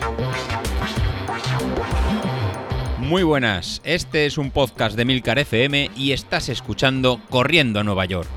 Muy buenas, este es un podcast de Milcar FM y estás escuchando Corriendo a Nueva York.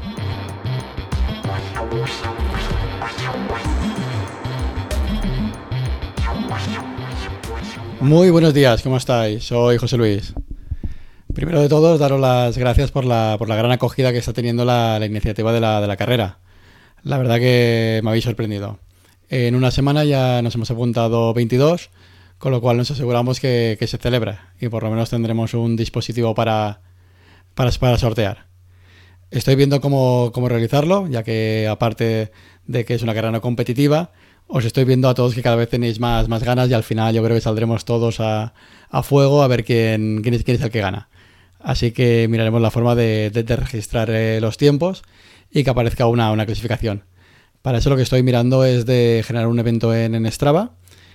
Muy buenos días, ¿cómo estáis? Soy José Luis. Primero de todo, daros las gracias por la gran acogida que está teniendo la iniciativa de la carrera. La verdad que me habéis sorprendido. En una semana ya nos hemos apuntado 22, con lo cual nos aseguramos que se celebra y por lo menos tendremos un dispositivo para sortear. Estoy viendo cómo realizarlo, ya que aparte de que es una carrera no competitiva, os estoy viendo a todos que cada vez tenéis más ganas y al final yo creo que saldremos todos a fuego a ver quién es el que gana. Así que miraremos la forma de registrar los tiempos y que aparezca una clasificación. Para eso lo que estoy mirando es de generar un evento en Strava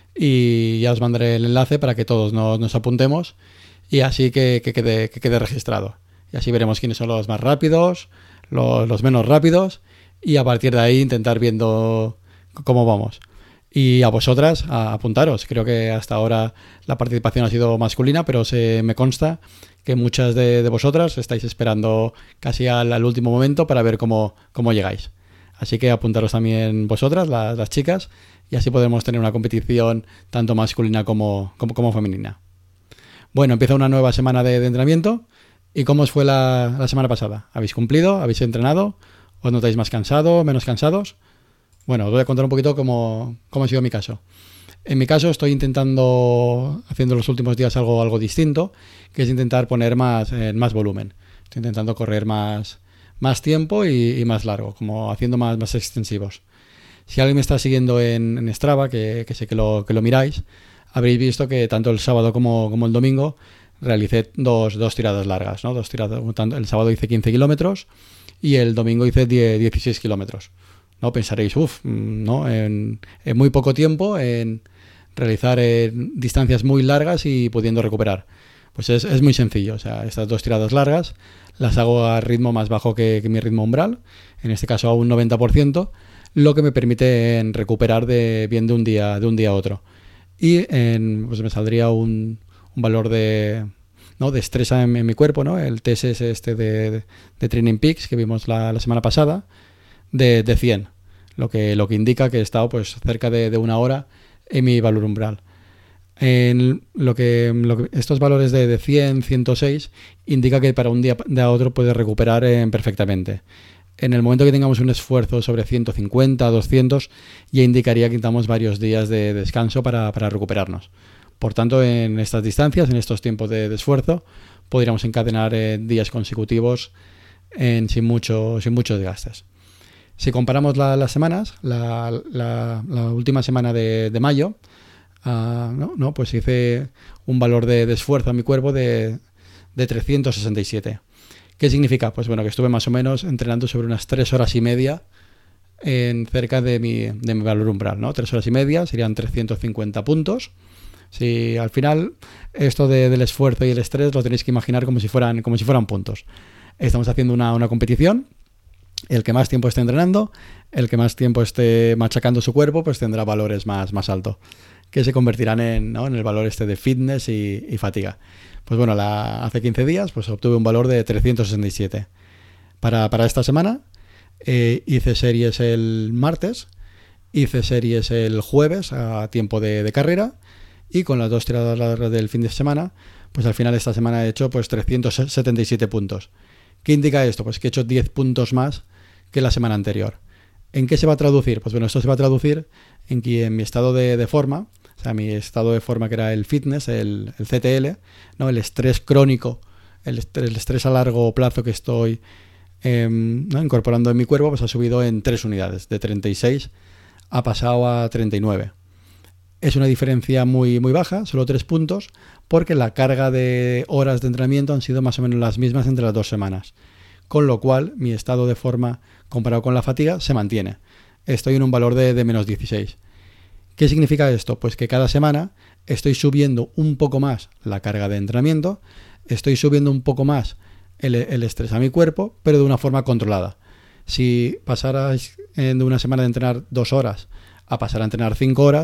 y ya os mandaré el enlace para que todos nos apuntemos y así que quede registrado. Y así veremos quiénes son los más rápidos, los menos rápidos y a partir de ahí intentar viendo cómo vamos. Y a vosotras, a apuntaros. Creo que hasta ahora la participación ha sido masculina, pero me consta que muchas de vosotras estáis esperando casi al último momento para ver cómo llegáis. Así que apuntaros también vosotras, las chicas, y así podremos tener una competición tanto masculina como femenina. Bueno, empieza una nueva semana de entrenamiento. ¿Y cómo os fue la semana pasada? ¿Habéis cumplido? ¿Habéis entrenado? ¿Os notáis más cansados, menos cansados? Bueno, os voy a contar un poquito cómo ha sido mi caso. En mi caso estoy haciendo los últimos días algo distinto, que es intentar poner más volumen. Estoy intentando correr más tiempo y más largo, como haciendo más extensivos. Si alguien me está siguiendo en Strava, que sé que lo miráis, habréis visto que tanto el sábado como el domingo realicé dos tiradas largas, ¿no? El sábado hice 15 kilómetros y el domingo hice 16 kilómetros. ¿No? Pensaréis, ¿no? En muy poco tiempo, en realizar distancias muy largas y pudiendo recuperar. Pues es muy sencillo. O sea, estas dos tiradas largas las hago a ritmo más bajo que mi ritmo umbral, en este caso a un 90%, lo que me permite recuperar bien de un día a otro. Y pues me saldría un valor de estrés en mi cuerpo, ¿no? El TSS de Training Peaks que vimos la semana pasada, de 100, lo que indica que he estado pues cerca de una hora en mi valor umbral. Estos valores de 100, 106 indica que para un día de a otro puedes recuperar perfectamente. En el momento que tengamos un esfuerzo sobre 150, 200, ya indicaría que necesitamos varios días de descanso para recuperarnos. Por tanto, en estas distancias, en estos tiempos de esfuerzo, podríamos encadenar días consecutivos sin muchos desgastes. Si comparamos las semanas, la última semana de mayo, pues hice un valor de esfuerzo a mi cuerpo de 367. ¿Qué significa? Pues bueno, que estuve más o menos entrenando sobre unas 3 horas y media cerca de mi valor umbral, ¿no? 3 horas y media serían 350 puntos. Si al final esto del esfuerzo y el estrés lo tenéis que imaginar como si fueran puntos. Estamos haciendo una competición. El que más tiempo esté entrenando, el que más tiempo esté machacando su cuerpo, pues tendrá valores más altos, que se convertirán en el valor de fitness y fatiga. Pues bueno, hace 15 días pues obtuve un valor de 367. Para esta semana hice series el martes, hice series el jueves a tiempo de carrera y con las dos tiradas largas del fin de semana, pues al final esta semana he hecho pues 377 puntos. ¿Qué indica esto? Pues que he hecho 10 puntos más que la semana anterior. ¿En qué se va a traducir? Pues bueno, esto se va a traducir en que en mi estado de forma, o sea, mi estado de forma que era el fitness, el CTL, ¿no? El estrés crónico, el estrés a largo plazo que estoy incorporando en mi cuerpo, pues ha subido en 3 unidades, de 36 ha pasado a 39. Es una diferencia muy baja, solo 3 puntos, porque la carga de horas de entrenamiento han sido más o menos las mismas entre las 2 semanas. Con lo cual, mi estado de forma comparado con la fatiga se mantiene. Estoy en un valor de menos 16. ¿Qué significa esto? Pues que cada semana estoy subiendo un poco más la carga de entrenamiento, estoy subiendo un poco más el estrés a mi cuerpo, pero de una forma controlada. Si pasaras de una semana de entrenar 2 horas a pasar a entrenar 5 horas,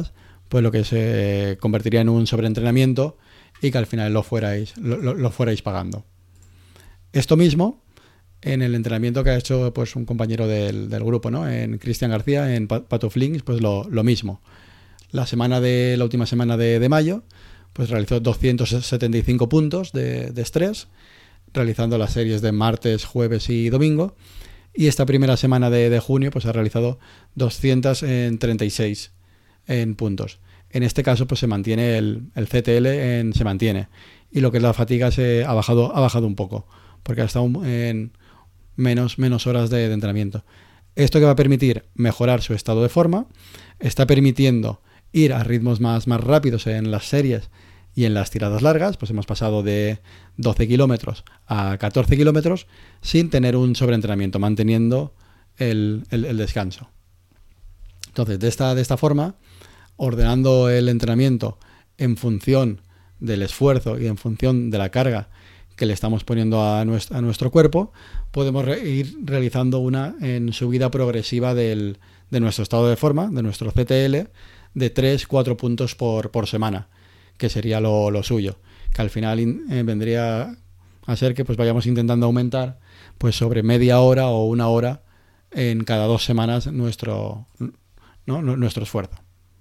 pues lo que se convertiría en un sobreentrenamiento y que al final lo fuerais pagando. Esto mismo en el entrenamiento que ha hecho pues un compañero del grupo, ¿no? En Cristian García, en Path of Links, pues lo mismo. La última semana de mayo, pues realizó 275 puntos de estrés, realizando las series de martes, jueves y domingo. Y esta primera semana de junio, pues ha realizado 236 en puntos. En este caso, pues se mantiene el CTL, se mantiene. Y lo que es la fatiga ha bajado un poco, porque ha estado en menos horas de entrenamiento. Esto que va a permitir mejorar su estado de forma, está permitiendo ir a ritmos más rápidos en las series y en las tiradas largas, pues hemos pasado de 12 kilómetros a 14 kilómetros sin tener un sobreentrenamiento, manteniendo el descanso. Entonces, de esta forma, ordenando el entrenamiento en función del esfuerzo y en función de la carga que le estamos poniendo a nuestro cuerpo, podemos ir realizando una subida progresiva de nuestro estado de forma, de nuestro CTL, de 3-4 puntos por semana, que sería lo suyo, que al final vendría a ser que pues vayamos intentando aumentar pues sobre media hora o una hora en cada 2 semanas nuestro esfuerzo.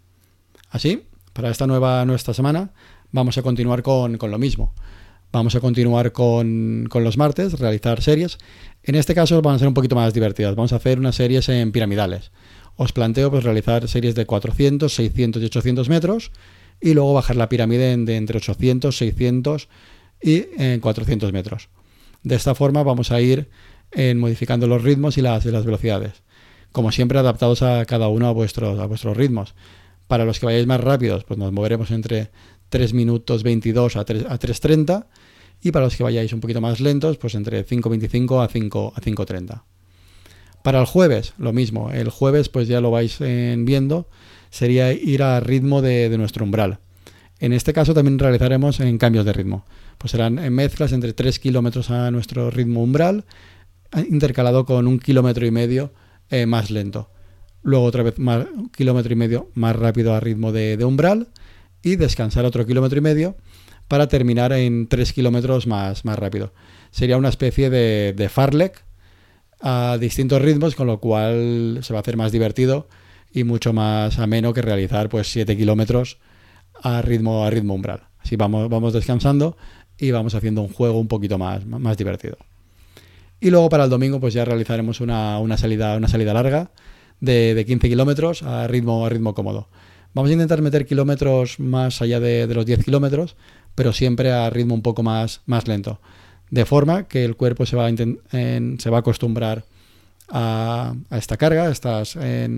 Así, para nuestra semana vamos a continuar con lo mismo. Vamos a continuar con los martes, realizar series. En este caso van a ser un poquito más divertidas. Vamos a hacer unas series en piramidales. Os planteo pues realizar series de 400, 600 y 800 metros y luego bajar la pirámide de entre 800, 600 y 400 metros. De esta forma vamos a ir modificando los ritmos y las velocidades. Como siempre, adaptados a cada uno a vuestros ritmos. Para los que vayáis más rápidos, pues nos moveremos entre 3 minutos 22 a 3:30, y para los que vayáis un poquito más lentos, pues entre 5:25 a 5:30. Para el jueves, lo mismo. El jueves, pues ya lo vais viendo, sería ir a ritmo de nuestro umbral. En este caso también realizaremos cambios de ritmo. Pues serán mezclas entre 3 kilómetros a nuestro ritmo umbral, intercalado con 1,5 kilómetros más lento. Luego otra vez 1,5 kilómetros más rápido a ritmo de umbral, y descansar otro 1,5 kilómetros para terminar en 3 kilómetros más rápido. Sería una especie de fartlek a distintos ritmos, con lo cual se va a hacer más divertido y mucho más ameno que realizar pues 7 kilómetros a ritmo umbral. Así vamos descansando y vamos haciendo un juego un poquito más divertido. Y luego para el domingo pues ya realizaremos una salida larga de 15 kilómetros a ritmo cómodo. Vamos a intentar meter kilómetros más allá de los 10 kilómetros, pero siempre a ritmo un poco más lento, de forma que el cuerpo se va a acostumbrar a esta carga, a estas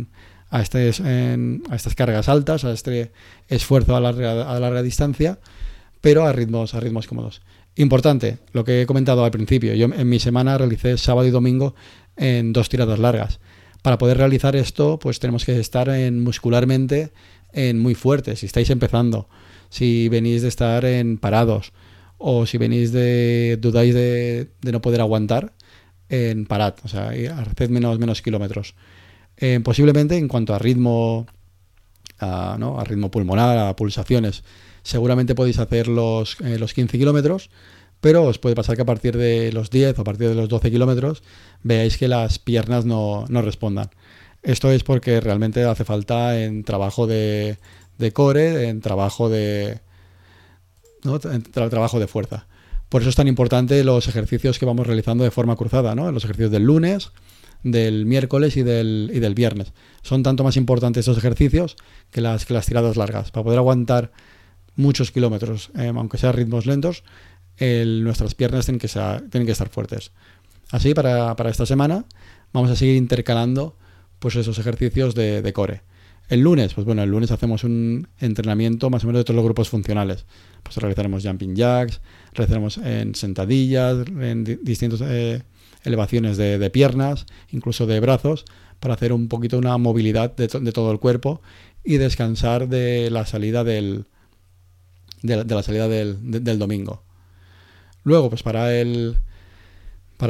cargas altas, a este esfuerzo a larga distancia, pero a ritmos cómodos. Importante, lo que he comentado al principio, yo en mi semana realicé sábado y domingo en 2 tiradas largas. Para poder realizar esto, pues tenemos que estar muscularmente muy fuertes. Si estáis empezando, si venís de estar parados, o si dudáis de no poder aguantar, parad, o sea, haced menos kilómetros. Posiblemente en cuanto a ritmo, a ritmo pulmonar, a pulsaciones, seguramente podéis hacer los 15 kilómetros, pero os puede pasar que a partir de los 10 o a partir de los 12 kilómetros veáis que las piernas no respondan. Esto es porque realmente hace falta en trabajo de core, en trabajo trabajo de fuerza. Por eso es tan importante los ejercicios que vamos realizando de forma cruzada, ¿no? Los ejercicios del lunes, del miércoles y del viernes. Son tanto más importantes estos ejercicios que las tiradas largas. Para poder aguantar muchos kilómetros, aunque sean ritmos lentos, nuestras piernas tienen que estar fuertes. Así, para esta semana vamos a seguir intercalando pues esos ejercicios de core. El lunes hacemos un entrenamiento más o menos de todos los grupos funcionales. Pues realizaremos jumping jacks, realizaremos en sentadillas, en distintas elevaciones de piernas, incluso de brazos, para hacer un poquito una movilidad de todo el cuerpo y descansar de la salida del domingo. Luego, pues para el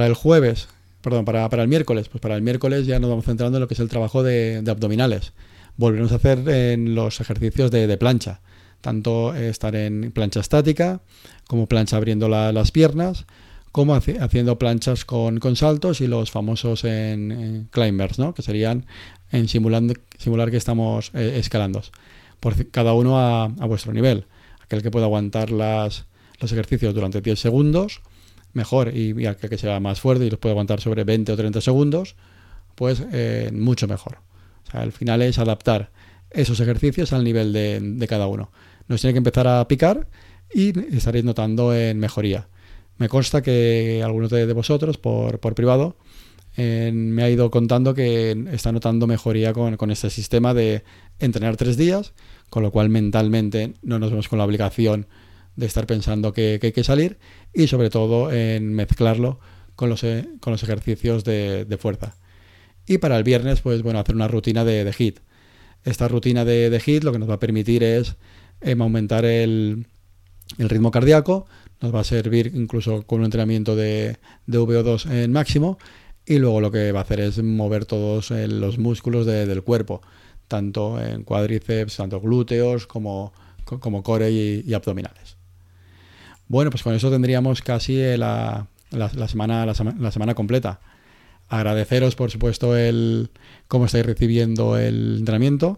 miércoles, pues para el miércoles ya nos vamos centrando en lo que es el trabajo de abdominales. volveremos a hacer en los ejercicios de plancha, tanto estar en plancha estática como plancha abriendo las piernas, como haciendo planchas con saltos y los famosos en climbers, ¿no? Que serían en simular que estamos escalando. Cada uno a vuestro nivel. Aquel que pueda aguantar los ejercicios durante 10 segundos, mejor, y aquel que sea más fuerte y los puede aguantar sobre 20 o 30 segundos, pues mucho mejor. O sea, al final es adaptar esos ejercicios al nivel de cada uno. Nos tiene que empezar a picar y estaréis notando en mejoría. Me consta que algunos de vosotros por privado me ha ido contando que está notando mejoría con este sistema de entrenar 3 días, con lo cual mentalmente no nos vemos con la obligación de estar pensando que hay que salir, y sobre todo en mezclarlo con los ejercicios de fuerza. Y para el viernes, pues bueno, hacer una rutina de HIIT. Esta rutina de HIIT lo que nos va a permitir es aumentar el ritmo cardíaco, nos va a servir incluso con un entrenamiento de VO2 en máximo, y luego lo que va a hacer es mover todos los músculos del cuerpo, tanto en cuádriceps, tanto glúteos como core y abdominales. Bueno, pues con eso tendríamos casi la semana completa. Agradeceros, por supuesto, cómo estáis recibiendo el entrenamiento.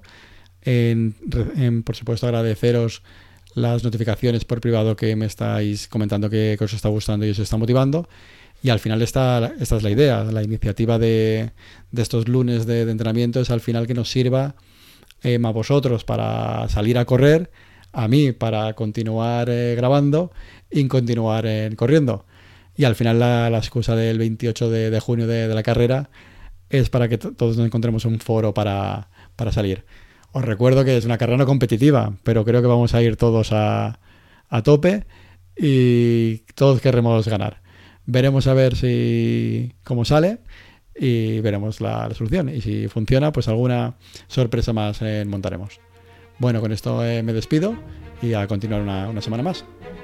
Por supuesto, agradeceros las notificaciones por privado que me estáis comentando que os está gustando y os está motivando. Y al final esta es la idea. La iniciativa de estos lunes de entrenamiento es al final que nos sirva a vosotros para salir a correr, a mí para continuar grabando y continuar corriendo. Y al final la excusa del 28 de junio de la carrera es para que todos nos encontremos un foro para salir. Os recuerdo que es una carrera no competitiva, pero creo que vamos a ir todos a tope y todos querremos ganar. Veremos a ver cómo sale y veremos la solución. Y si funciona, pues alguna sorpresa más montaremos. Bueno, con esto me despido y a continuar una semana más.